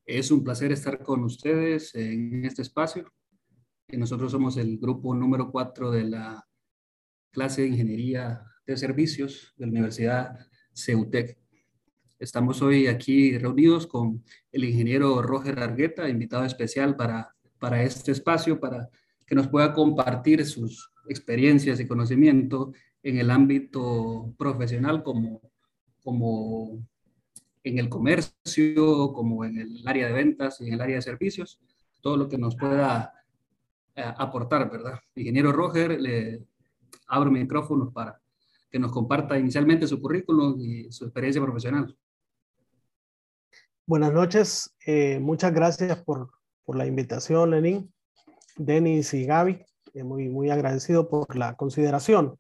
Es un placer estar con ustedes en este espacio. Nosotros somos el grupo número 4 de la clase de Ingeniería de Servicios de la Universidad CEUTEC. Estamos hoy aquí reunidos con el ingeniero Roger Argueta, invitado especial para este espacio, para que nos pueda compartir sus experiencias y conocimiento en el ámbito profesional como en el comercio, como en el área de ventas y en el área de servicios, todo lo que nos pueda aportar, ¿verdad? Ingeniero Roger, le abro micrófonos para que nos comparta inicialmente su currículum y su experiencia profesional. Buenas noches, muchas gracias por la invitación, Lenín, Denis y Gaby. Muy agradecido por la consideración.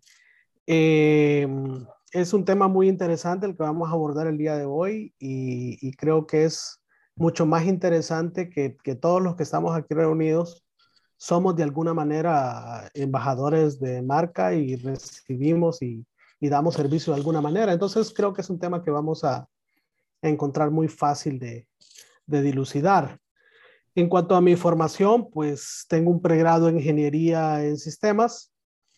Es un tema muy interesante el que vamos a abordar el día de hoy y creo que es mucho más interesante que todos los que estamos aquí reunidos somos de alguna manera embajadores de marca y recibimos y damos servicio de alguna manera. Entonces creo que es un tema que vamos a encontrar muy fácil de dilucidar. En cuanto a mi formación, pues tengo un pregrado en ingeniería en sistemas,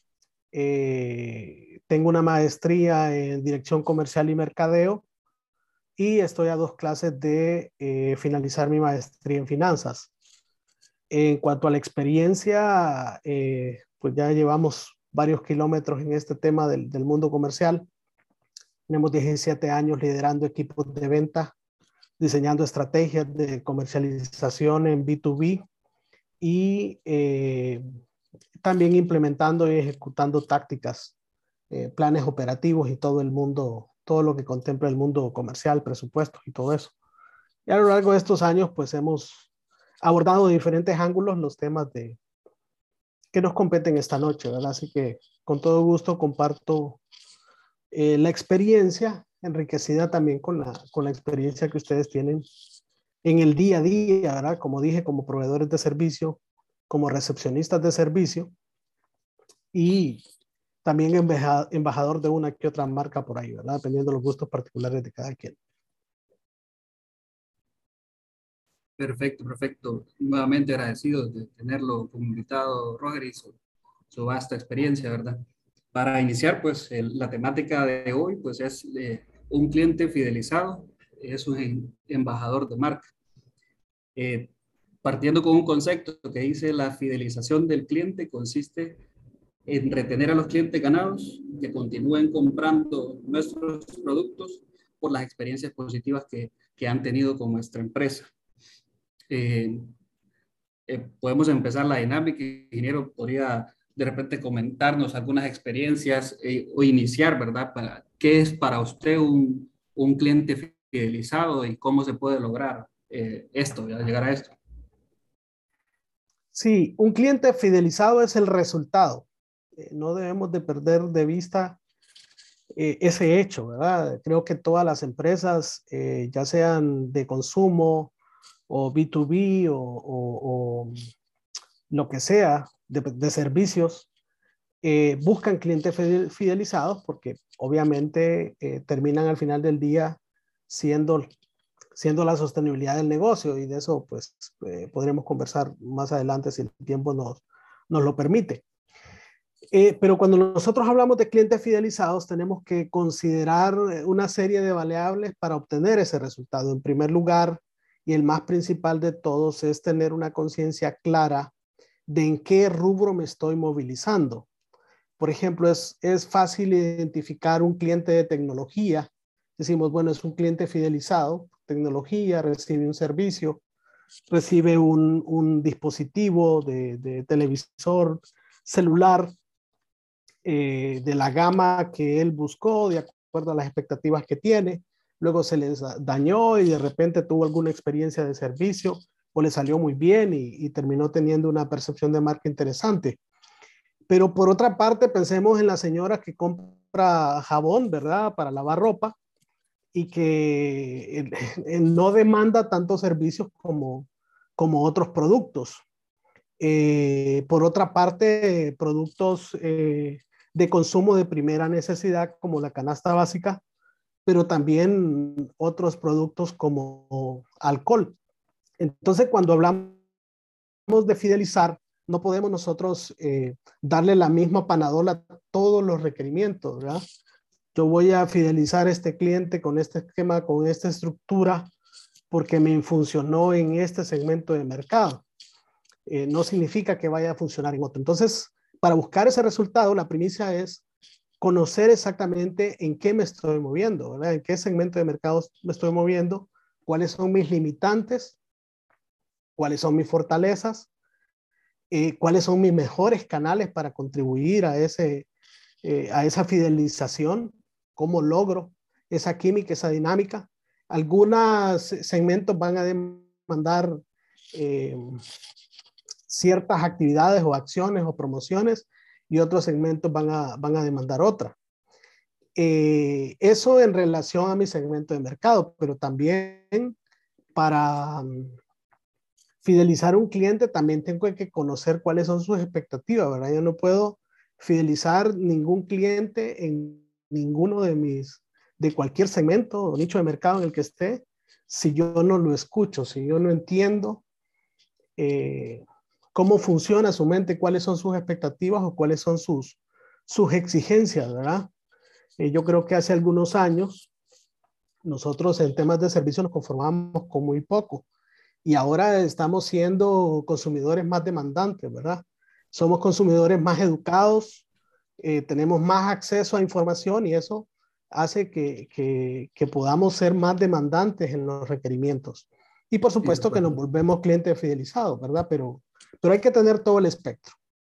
tengo una maestría en dirección comercial y mercadeo y estoy a 2 clases de finalizar mi maestría en finanzas. En cuanto a la experiencia, pues ya llevamos varios kilómetros en este tema del mundo comercial. Tenemos 17 años liderando equipos de venta, diseñando estrategias de comercialización en B2B y también implementando y ejecutando tácticas, planes operativos y todo el mundo, todo lo que contempla el mundo comercial, presupuestos y todo eso. Y a lo largo de estos años, pues hemos abordado de diferentes ángulos los temas que nos competen esta noche, ¿verdad? Así que con todo gusto comparto la experiencia enriquecida también con la experiencia que ustedes tienen en el día a día, ¿verdad? Como dije, como proveedores de servicio, como recepcionistas de servicio y también embajador de una que otra marca por ahí, ¿verdad? Dependiendo de los gustos particulares de cada quien. Perfecto, perfecto. Nuevamente agradecido de tenerlo como invitado, Roger, y su vasta experiencia, ¿verdad? Para iniciar, pues la temática de hoy, pues es un cliente fidelizado, es un embajador de marca. Eh, Partiendo con un concepto que dice la fidelización del cliente consiste en retener a los clientes ganados que continúen comprando nuestros productos por las experiencias positivas que han tenido con nuestra empresa. Eh, Podemos empezar la dinámica. Ingeniero, podría de repente comentarnos algunas experiencias o iniciar, ¿verdad? ¿Qué es para usted un cliente fidelizado y cómo se puede lograr esto, ¿ya? Llegar a esto? Sí, un cliente fidelizado es el resultado. No debemos de perder de vista ese hecho, ¿verdad? Creo que todas las empresas, ya sean de consumo o B2B o lo que sea, de servicios, buscan clientes fidelizados porque obviamente terminan al final del día siendo, siendo la sostenibilidad del negocio y de eso pues podremos conversar más adelante si el tiempo nos lo permite. Pero cuando nosotros hablamos de clientes fidelizados, tenemos que considerar una serie de variables para obtener ese resultado. En primer lugar, y el más principal de todos, es tener una conciencia clara de en qué rubro me estoy movilizando. Por ejemplo, es fácil identificar un cliente de tecnología. Decimos, bueno, es un cliente fidelizado, tecnología, recibe un servicio, recibe un dispositivo de televisor celular de la gama que él buscó, de acuerdo a las expectativas que tiene. Luego se les dañó y de repente tuvo alguna experiencia de servicio o le salió muy bien y terminó teniendo una percepción de marca interesante. Pero por otra parte, pensemos en la señora que compra jabón, ¿verdad? Para lavar ropa y que no demanda tantos servicios como otros productos. Por otra parte, productos de consumo de primera necesidad como la canasta básica, pero también otros productos como alcohol. Entonces, cuando hablamos de fidelizar, no podemos nosotros darle la misma panadola a todos los requerimientos, ¿verdad? Yo voy a fidelizar a este cliente con este esquema, con esta estructura, porque me funcionó en este segmento de mercado. No significa que vaya a funcionar en otro. Entonces, para buscar ese resultado, la primicia es conocer exactamente en qué me estoy moviendo, ¿verdad? En qué segmento de mercado me estoy moviendo, cuáles son mis limitantes, cuáles son mis fortalezas, cuáles son mis mejores canales para contribuir a esa fidelización, cómo logro esa química, esa dinámica. Algunos segmentos van a demandar eh, ciertas actividades o acciones o promociones y otros segmentos van a demandar otra. Eso en relación a mi segmento de mercado, pero también para fidelizar a un cliente también tengo que conocer cuáles son sus expectativas, ¿verdad? Yo no puedo fidelizar ningún cliente en ninguno de cualquier segmento o nicho de mercado en el que esté, si yo no lo escucho, si yo no entiendo eh, cómo funciona su mente, cuáles son sus expectativas o cuáles son sus exigencias, ¿verdad? Yo creo que hace algunos años nosotros en temas de servicio nos conformamos con muy poco y ahora estamos siendo consumidores más demandantes, ¿verdad? Somos consumidores más educados, tenemos más acceso a información y eso hace que podamos ser más demandantes en los requerimientos. Y por Sí, de supuesto que nos acuerdo. volvemos clientes fidelizados, ¿verdad? Pero hay que tener todo el espectro.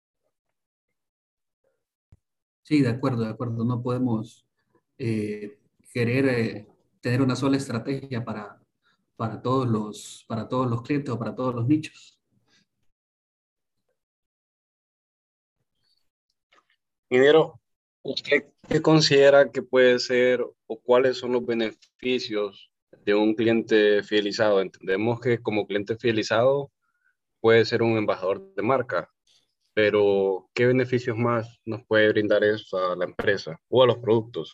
Sí, de acuerdo, de acuerdo. No podemos querer tener una sola estrategia para todos los clientes o para todos los nichos. Ingeniero, ¿usted qué considera que puede ser o cuáles son los beneficios de un cliente fidelizado? Entendemos que como cliente fidelizado puede ser un embajador de marca, pero ¿qué beneficios más nos puede brindar eso a la empresa o a los productos?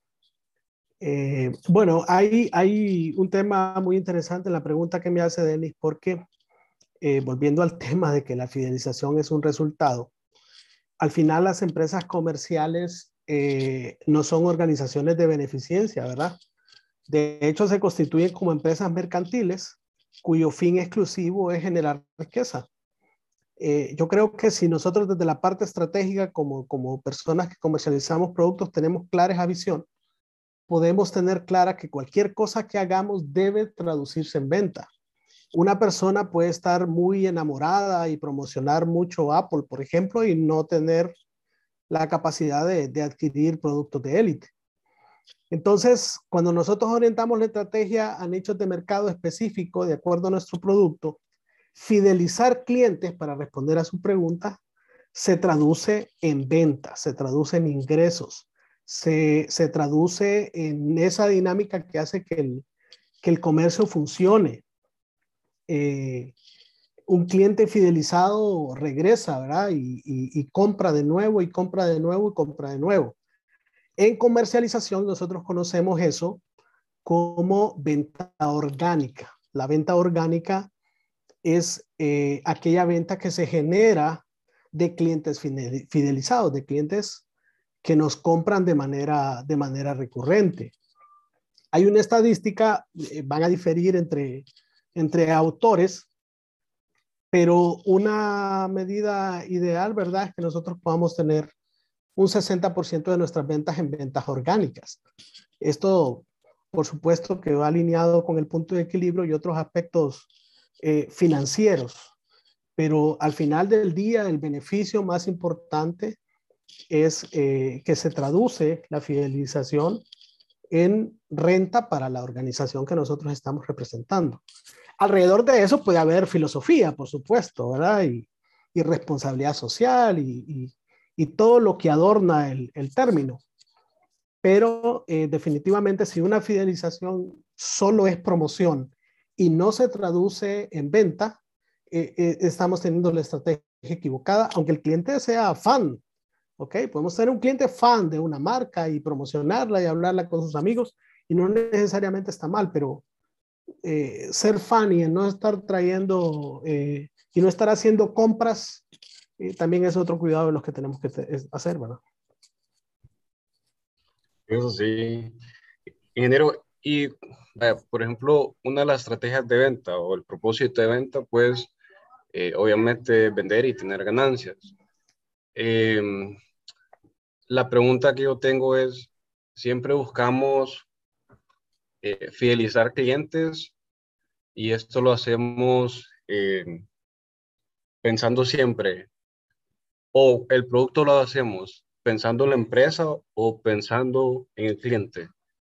Bueno, hay un tema muy interesante en la pregunta que me hace Denis, porque volviendo al tema de que la fidelización es un resultado, al final las empresas comerciales no son organizaciones de beneficencia, ¿verdad? De hecho, se constituyen como empresas mercantiles cuyo fin exclusivo es generar riqueza. Yo creo que si nosotros desde la parte estratégica, como personas que comercializamos productos, tenemos clara esa visión, podemos tener clara que cualquier cosa que hagamos debe traducirse en venta. Una persona puede estar muy enamorada y promocionar mucho Apple, por ejemplo, y no tener la capacidad de adquirir productos de élite. Entonces, cuando nosotros orientamos la estrategia a nichos de mercado específico de acuerdo a nuestro producto, fidelizar clientes, para responder a su pregunta, se traduce en ventas, se traduce en ingresos, se traduce en esa dinámica que hace que el comercio funcione. Eh, un cliente fidelizado regresa, ¿verdad? Y compra de nuevo y compra de nuevo y compra de nuevo. En comercialización nosotros conocemos eso como venta orgánica. La venta orgánica es aquella venta que se genera de clientes fidelizados, de clientes que nos compran de manera recurrente. Hay una estadística, van a diferir entre autores, pero una medida ideal, ¿verdad? Es que nosotros podamos tener un 60% de nuestras ventas en ventas orgánicas. Esto, por supuesto, que va alineado con el punto de equilibrio y otros aspectos financieros, pero al final del día el beneficio más importante es que se traduce la fidelización en renta para la organización que nosotros estamos representando. Alrededor de eso puede haber filosofía, por supuesto, ¿verdad? Y responsabilidad social y todo lo que adorna el término. Pero definitivamente si una fidelización solo es promoción y no se traduce en venta, estamos teniendo la estrategia equivocada, aunque el cliente sea fan, ¿ok? Podemos ser un cliente fan de una marca y promocionarla y hablarla con sus amigos y no necesariamente está mal, ser funny, en no estar trayendo y no estar haciendo compras, también es otro cuidado de los que tenemos que hacer, ¿verdad? Eso sí. Ingeniero, y por ejemplo, una de las estrategias de venta o el propósito de venta, pues obviamente vender y tener ganancias. Em, la pregunta que yo tengo es, ¿siempre buscamos fidelizar clientes y esto lo hacemos pensando siempre, o el producto lo hacemos pensando en la empresa o pensando en el cliente?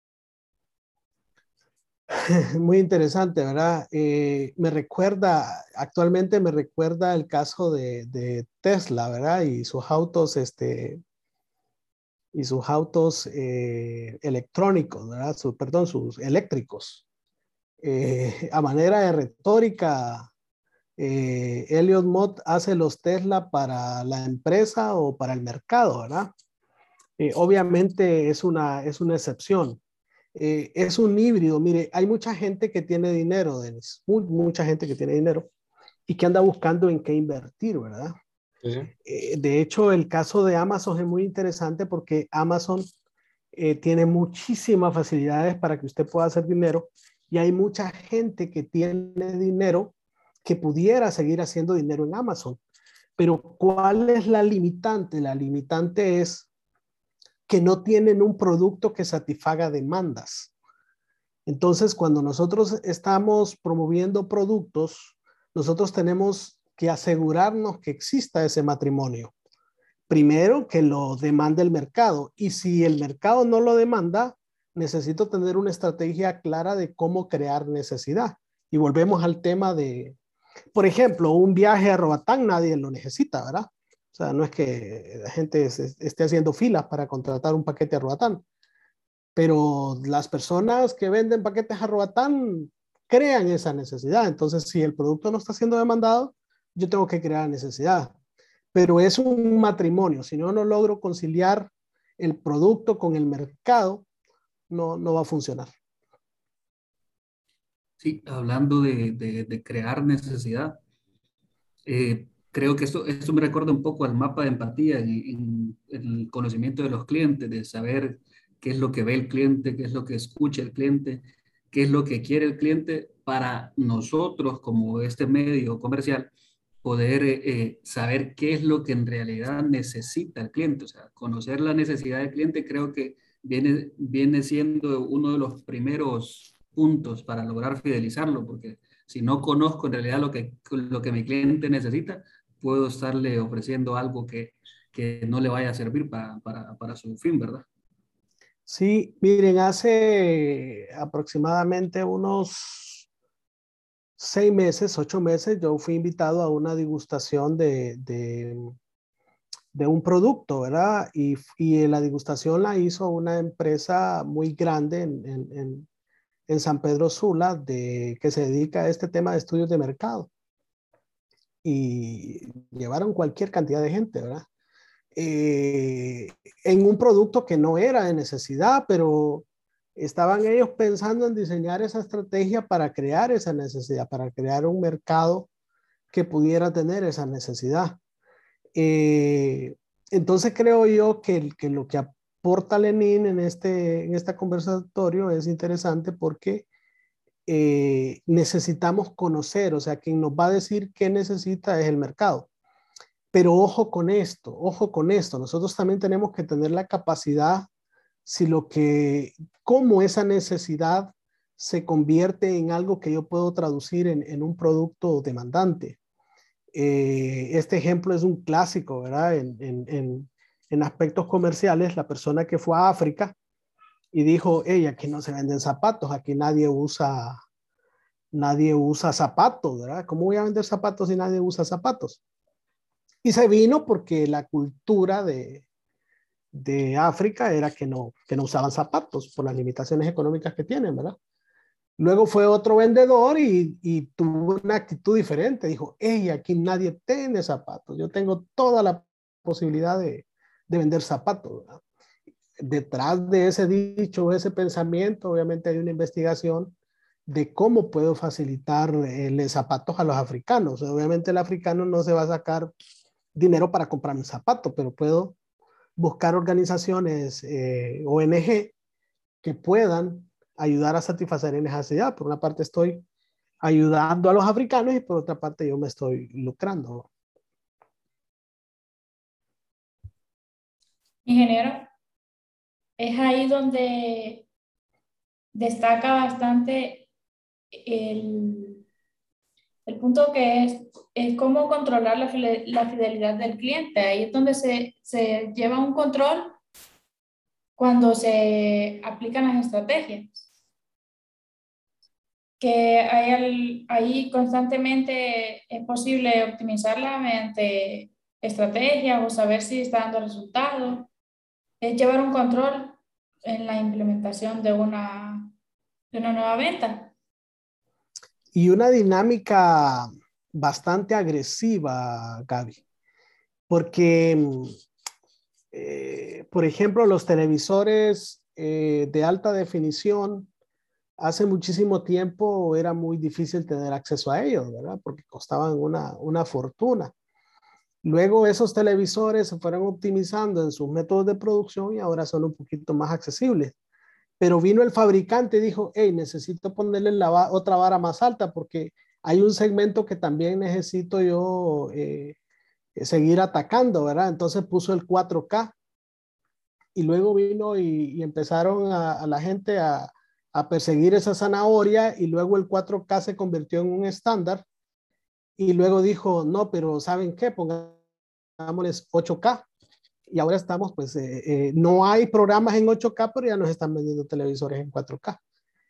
Muy interesante, ¿verdad? Actualmente me recuerda el caso de Tesla, ¿verdad? Y sus autos electrónicos, ¿verdad? Perdón, sus eléctricos. A manera de retórica, Elon Musk hace los Tesla para la empresa o para el mercado, ¿verdad? Obviamente es una excepción. Es un híbrido. Mire, hay mucha gente que tiene dinero, Denis, mucha gente que tiene dinero y que anda buscando en qué invertir, ¿verdad? Sí, sí. De hecho, el caso de Amazon es muy interesante porque Amazon tiene muchísimas facilidades para que usted pueda hacer dinero y hay mucha gente que tiene dinero que pudiera seguir haciendo dinero en Amazon. Pero ¿cuál es la limitante? La limitante es que no tienen un producto que satisfaga demandas. Entonces, cuando nosotros estamos promoviendo productos, nosotros tenemos que asegurarnos que exista ese matrimonio. Primero, que lo demande el mercado. Y si el mercado no lo demanda, necesito tener una estrategia clara de cómo crear necesidad. Y volvemos al tema de, por ejemplo, un viaje a Roatán, nadie lo necesita, ¿verdad? O sea, no es que la gente esté haciendo filas para contratar un paquete a Roatán, pero las personas que venden paquetes a Roatán crean esa necesidad. Entonces, si el producto no está siendo demandado, yo tengo que crear necesidad. Pero es un matrimonio. Si no logro conciliar el producto con el mercado, no va a funcionar. Sí, hablando de crear necesidad, creo que esto me recuerda un poco al mapa de empatía en el conocimiento de los clientes, de saber qué es lo que ve el cliente, qué es lo que escucha el cliente, qué es lo que quiere el cliente para nosotros como este medio comercial poder saber qué es lo que en realidad necesita el cliente. O sea, conocer la necesidad del cliente creo que viene siendo uno de los primeros puntos para lograr fidelizarlo, porque si no conozco en realidad lo que mi cliente necesita, puedo estarle ofreciendo algo que no le vaya a servir para su fin, ¿verdad? Sí, miren, hace aproximadamente unos 6 meses, 8 meses, yo fui invitado a una degustación de un producto, ¿verdad? Y la degustación la hizo una empresa muy grande en San Pedro Sula que se dedica a este tema de estudios de mercado. Y llevaron cualquier cantidad de gente, ¿verdad? Eh, en un producto que no era de necesidad, pero estaban ellos pensando en diseñar esa estrategia para crear esa necesidad, para crear un mercado que pudiera tener esa necesidad. Eh, entonces creo yo que lo que aporta Lenin en este conversatorio es interesante porque necesitamos conocer, o sea, quien nos va a decir qué necesita es el mercado. Pero ojo con esto, nosotros también tenemos que tener la capacidad, si lo que, cómo esa necesidad se convierte en algo que yo puedo traducir en un producto demandante. Este ejemplo es un clásico, ¿verdad? En aspectos comerciales, la persona que fue a África y dijo, hey, aquí no se venden zapatos, aquí nadie usa zapatos, ¿verdad? ¿Cómo voy a vender zapatos si nadie usa zapatos? Y se vino porque la cultura de África era que no usaban zapatos por las limitaciones económicas que tienen, ¿verdad? Luego fue otro vendedor y tuvo una actitud diferente. Dijo, hey, aquí nadie tiene zapatos. Yo tengo toda la posibilidad de vender zapatos, ¿verdad? Detrás de ese dicho, ese pensamiento, obviamente hay una investigación de cómo puedo facilitarle zapatos a los africanos. Obviamente el africano no se va a sacar dinero para comprar un zapato, pero puedo buscar organizaciones, ONG, que puedan ayudar a satisfacer en esa necesidad. Por una parte estoy ayudando a los africanos y por otra parte yo me estoy lucrando. Ingeniero, es ahí donde destaca bastante el punto que es cómo controlar la fidelidad del cliente. Ahí es donde se lleva un control cuando se aplican las estrategias. Que ahí constantemente es posible optimizarla mediante estrategias o saber si está dando resultados. Es llevar un control en la implementación de una nueva venta. Y una dinámica bastante agresiva, Gaby, porque, por ejemplo, los televisores de alta definición, hace muchísimo tiempo era muy difícil tener acceso a ellos, ¿verdad? Porque costaban una fortuna. Luego esos televisores se fueron optimizando en sus métodos de producción y ahora son un poquito más accesibles. Pero vino el fabricante y dijo, hey, necesito ponerle otra vara más alta porque hay un segmento que también necesito yo seguir atacando, ¿verdad? Entonces puso el 4K y luego vino y empezaron a la gente a perseguir esa zanahoria y luego el 4K se convirtió en un estándar y luego dijo, no, pero ¿saben qué? Pongámosles 8K. Y ahora estamos, pues, no hay programas en 8K, pero ya nos están vendiendo televisores en 4K.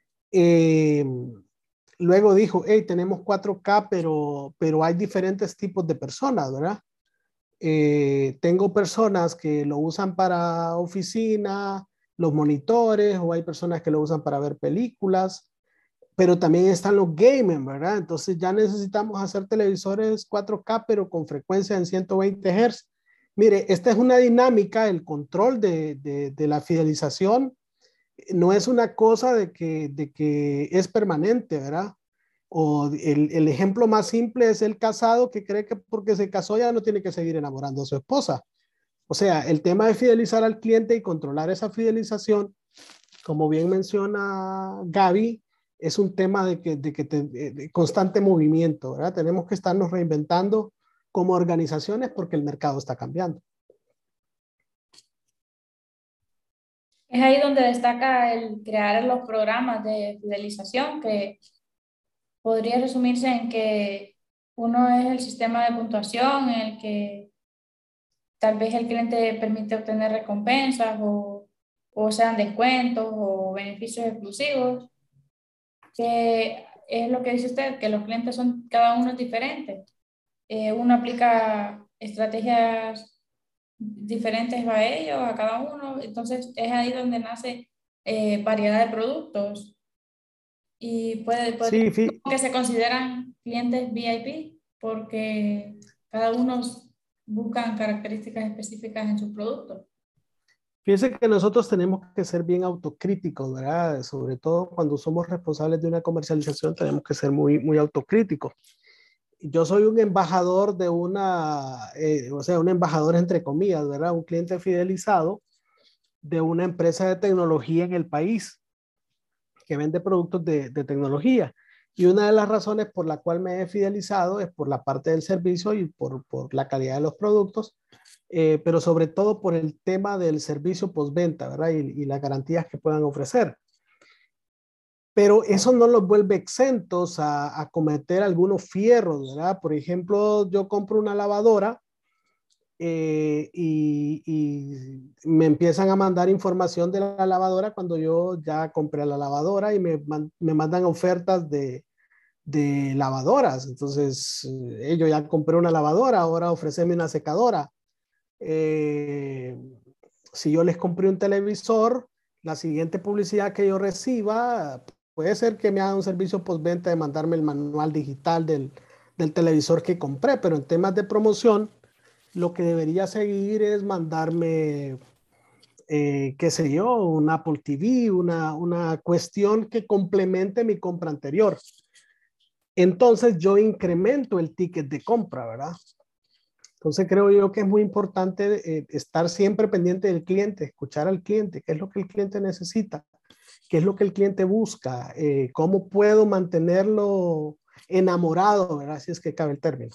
Luego dijo, hey, tenemos 4K, pero hay diferentes tipos de personas, ¿verdad? Tengo personas que lo usan para oficina, los monitores, o hay personas que lo usan para ver películas, pero también están los gamers, ¿verdad? Entonces ya necesitamos hacer televisores 4K, pero con frecuencia en 120 Hz. Mire, esta es una dinámica, el control de la fidelización no es una cosa de que es permanente, ¿verdad? O el ejemplo más simple es el casado que cree que porque se casó ya no tiene que seguir enamorando a su esposa. O sea, el tema de fidelizar al cliente y controlar esa fidelización, como bien menciona Gaby, es un tema de constante movimiento, ¿verdad? Tenemos que estarnos reinventando como organizaciones porque el mercado está cambiando. Es ahí donde destaca el crear los programas de fidelización, que podría resumirse en que uno es el sistema de puntuación en el que tal vez el cliente permite obtener recompensas o sean descuentos o beneficios exclusivos, que es lo que dice usted, que los clientes son cada uno diferente. Uno aplica estrategias diferentes a ellos, a cada uno, entonces es ahí donde nace variedad de productos y puede Sí, que se consideran clientes VIP porque cada uno buscan características específicas en sus productos. fíjense que nosotros tenemos que ser bien autocríticos, ¿verdad? Sobre todo cuando somos responsables de una comercialización, tenemos que ser muy, muy autocríticos. Yo soy un embajador de o sea, un embajador entre comillas, ¿verdad? Un cliente fidelizado de una empresa de tecnología en el país que vende productos de tecnología. Y una de las razones por la cual me he fidelizado es por la parte del servicio y por la calidad de los productos, pero sobre todo por el tema del servicio postventa, ¿verdad? Y las garantías que puedan ofrecer. Pero eso no los vuelve exentos a cometer algunos fierros, ¿verdad? Por ejemplo, yo compro una lavadora y me empiezan a mandar información de la lavadora cuando yo ya compré la lavadora y me mandan ofertas de lavadoras. Entonces, yo ya compré una lavadora, ahora ofreceme una secadora. Si yo les compré un televisor, la siguiente publicidad que yo reciba puede ser que me hagan un servicio postventa de mandarme el manual digital del televisor que compré, pero en temas de promoción, lo que debería seguir es mandarme qué sé yo, un Apple TV, una cuestión que complemente mi compra anterior. Entonces yo incremento el ticket de compra, ¿verdad? Entonces creo yo que es muy importante estar siempre pendiente del cliente, escuchar al cliente, qué es lo que el cliente necesita, qué es lo que el cliente busca, cómo puedo mantenerlo enamorado, ¿verdad? Si es que cabe el término.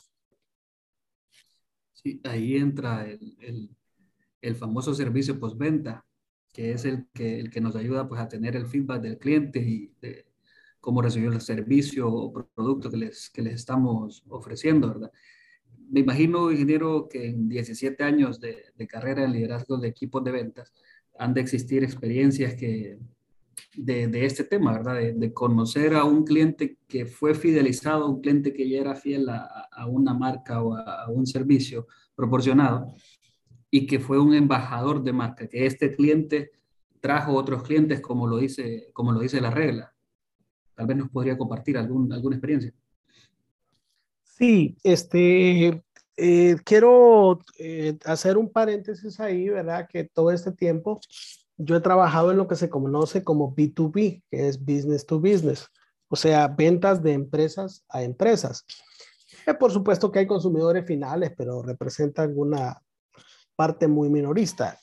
Sí, ahí entra el famoso servicio postventa, que es el que nos ayuda pues a tener el feedback del cliente y de cómo recibió el servicio o producto que les estamos ofreciendo, ¿verdad? Me imagino, ingeniero, que en 17 años de carrera en liderazgo de equipos de ventas han de existir experiencias de este tema, ¿verdad? De conocer a un cliente que fue fidelizado, un cliente que ya era fiel a una marca o a un servicio proporcionado y que fue un embajador de marca, que este cliente trajo otros clientes como lo dice la regla. Tal vez nos podría compartir alguna experiencia. Sí, quiero hacer un paréntesis ahí, ¿verdad? Que todo este tiempo yo he trabajado en lo que se conoce como B2B, que es business to business, o sea, ventas de empresas a empresas. Por supuesto que hay consumidores finales, pero representa alguna parte muy minorista.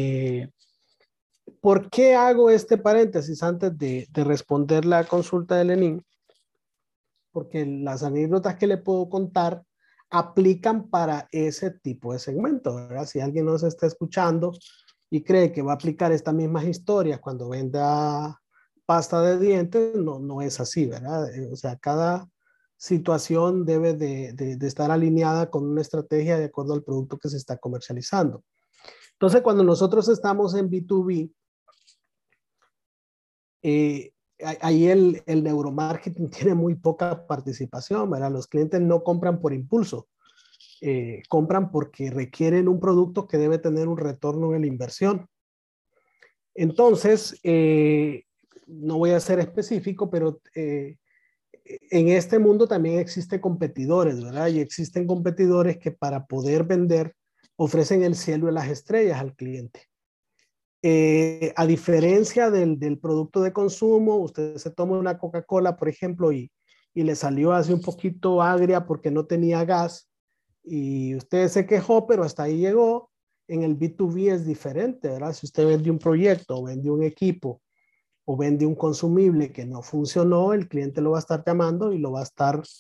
¿Por qué hago este paréntesis antes de responder la consulta de Lenín? Porque las anécdotas que le puedo contar aplican para ese tipo de segmento, ¿verdad? Si alguien nos está escuchando y cree que va a aplicar estas mismas historias cuando venda pasta de dientes, no es así, ¿verdad? O sea, cada situación debe de estar alineada con una estrategia de acuerdo al producto que se está comercializando. Entonces, cuando nosotros estamos en B2B, ahí el neuromarketing tiene muy poca participación, ¿verdad? Los clientes no compran por impulso, compran porque requieren un producto que debe tener un retorno en la inversión. Entonces, no voy a ser específico, pero en este mundo también existen competidores, ¿verdad? Y existen competidores que para poder vender ofrecen el cielo y las estrellas al cliente. A diferencia del producto de consumo, usted se toma una Coca-Cola, por ejemplo, y le salió así un poquito agria porque no tenía gas y usted se quejó, pero hasta ahí llegó. En el B2B es diferente, ¿verdad? Si usted vende un proyecto o vende un equipo o vende un consumible que no funcionó, el cliente lo va a estar llamando y lo va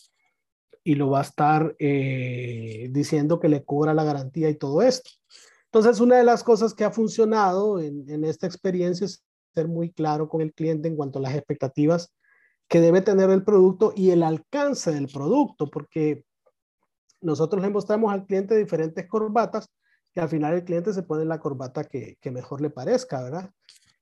a estar diciendo que le cobra la garantía y todo esto. Entonces, una de las cosas que ha funcionado en esta experiencia es ser muy claro con el cliente en cuanto a las expectativas que debe tener el producto y el alcance del producto, porque nosotros le mostramos al cliente diferentes corbatas y al final el cliente se pone la corbata que mejor le parezca, ¿verdad?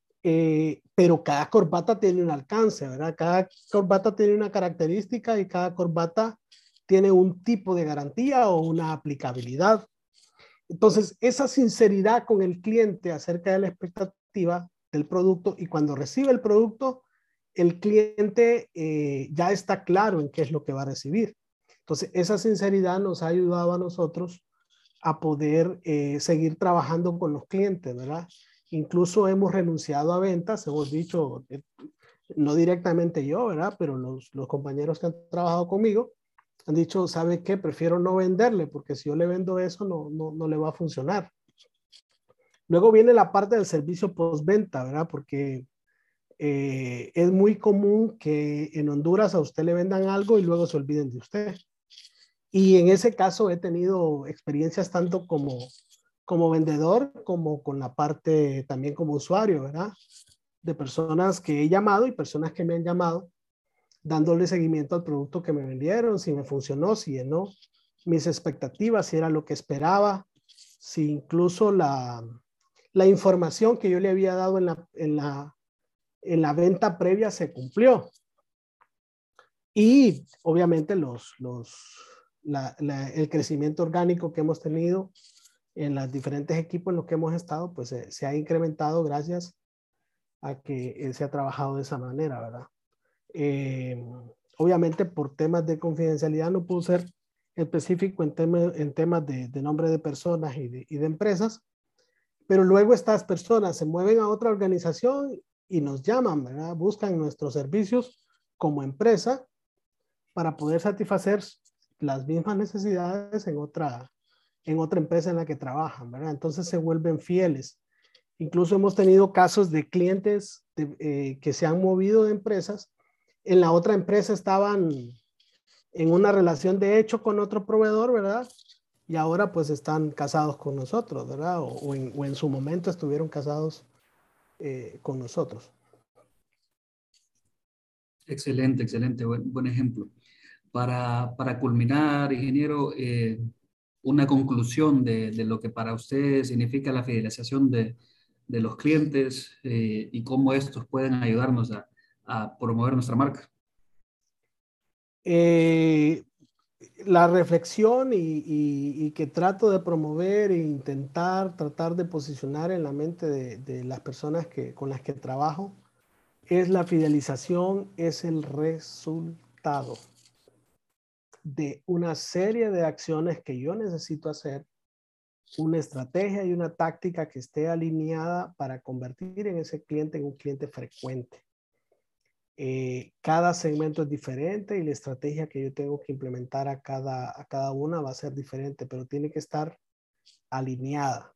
Pero cada corbata tiene un alcance, ¿verdad? Cada corbata tiene una característica y cada corbata tiene un tipo de garantía o una aplicabilidad. Entonces, esa sinceridad con el cliente acerca de la expectativa del producto y cuando recibe el producto, el cliente ya está claro en qué es lo que va a recibir. Entonces, esa sinceridad nos ha ayudado a nosotros a poder seguir trabajando con los clientes, ¿verdad? Incluso hemos renunciado a ventas, hemos dicho, no directamente yo, ¿verdad? Pero los compañeros que han trabajado conmigo han dicho, ¿sabe qué? Prefiero no venderle porque si yo le vendo eso no le va a funcionar. Luego viene la parte del servicio postventa, ¿verdad? Porque es muy común que en Honduras a usted le vendan algo y luego se olviden de usted. Y en ese caso he tenido experiencias tanto como vendedor como con la parte también como usuario, ¿verdad? De personas que he llamado y personas que me han llamado dándole seguimiento al producto que me vendieron, si me funcionó, si llenó mis expectativas, si era lo que esperaba, si incluso la información que yo le había dado en la venta previa se cumplió. Y obviamente el crecimiento orgánico que hemos tenido en los diferentes equipos en los que hemos estado, pues se ha incrementado gracias a que se ha trabajado de esa manera, ¿verdad? Obviamente por temas de confidencialidad no puedo ser específico en temas de nombre de personas y de empresas, Pero luego estas personas se mueven a otra organización y nos llaman, ¿verdad? Buscan nuestros servicios como empresa para poder satisfacer las mismas necesidades en otra empresa en la que trabajan, ¿verdad? Entonces se vuelven fieles. Incluso hemos tenido casos de clientes que se han movido de empresas. En la otra empresa estaban en una relación de hecho con otro proveedor, ¿verdad? Y ahora pues están casados con nosotros, ¿verdad? O en su momento estuvieron casados con nosotros. Excelente, excelente, buen ejemplo. Para culminar, ingeniero, una conclusión de lo que para usted significa la fidelización de los clientes y cómo estos pueden ayudarnos a promover nuestra marca. La reflexión y que trato de promover e tratar de posicionar en la mente de las personas con las que trabajo es la fidelización, es el resultado de una serie de acciones que yo necesito hacer, una estrategia y una táctica que esté alineada para convertir en ese cliente en un cliente frecuente. Cada segmento es diferente y la estrategia que yo tengo que implementar a cada una va a ser diferente, pero tiene que estar alineada.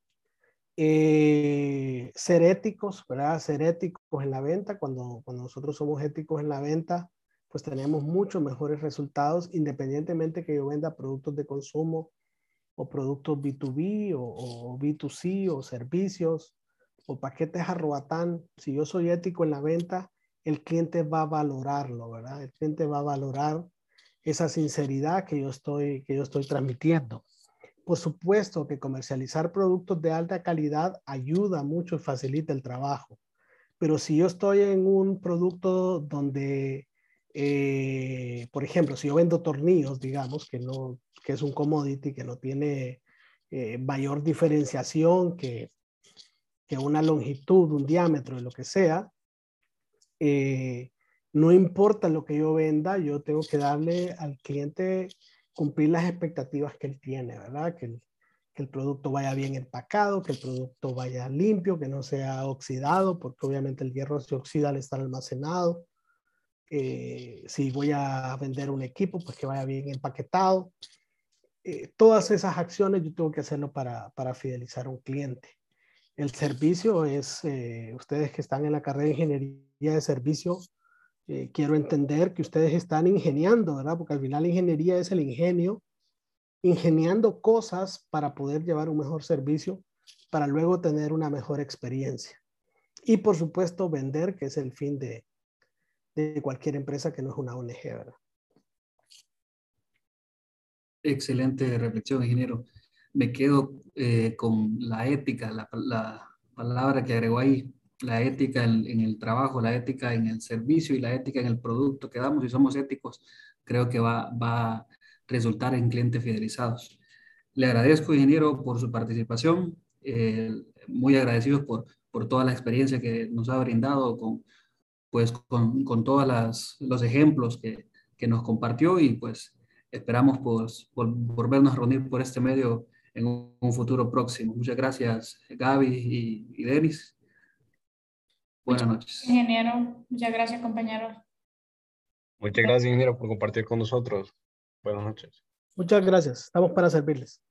Ser éticos, ¿verdad? Ser éticos en la venta. Cuando nosotros somos éticos en la venta, pues tenemos muchos mejores resultados, independientemente que yo venda productos de consumo o productos B2B o B2C o servicios o paquetes arrobatán. Si yo soy ético en la venta, el cliente va a valorarlo, ¿verdad? El cliente va a valorar esa sinceridad que yo estoy transmitiendo. Por supuesto que comercializar productos de alta calidad ayuda mucho y facilita el trabajo. Pero si yo estoy en un producto donde, por ejemplo, si yo vendo tornillos, digamos, que es un commodity que no tiene mayor diferenciación que una longitud, un diámetro, de lo que sea, no importa lo que yo venda, yo tengo que darle al cliente cumplir las expectativas que él tiene, ¿verdad? Que el producto vaya bien empacado, que el producto vaya limpio, que no sea oxidado, porque obviamente el hierro se oxida al estar almacenado. Si voy a vender un equipo, pues que vaya bien empaquetado. Todas esas acciones yo tengo que hacerlo para fidelizar a un cliente. El servicio es, ustedes que están en la carrera de ingeniería de servicio, quiero entender que ustedes están ingeniando, ¿verdad? Porque al final la ingeniería es el ingenio, ingeniando cosas para poder llevar un mejor servicio, para luego tener una mejor experiencia. Y por supuesto vender, que es el fin de cualquier empresa que no es una ONG, ¿verdad? Excelente reflexión, ingeniero. Me quedo con la ética, la palabra que agregó ahí, la ética en el trabajo, la ética en el servicio y la ética en el producto que damos. Si somos éticos, creo que va a resultar en clientes fidelizados. Le agradezco, ingeniero, por su participación. Muy agradecidos por toda la experiencia que nos ha brindado con todos los ejemplos que nos compartió y pues esperamos pues, volvernos a reunir por este medio en un futuro próximo. Muchas gracias, Gaby y Denis. Buenas Muchas noches. gracias, ingeniero. Muchas gracias, compañeros. Muchas gracias, ingeniero, por compartir con nosotros. Buenas noches. Muchas gracias. Estamos para servirles.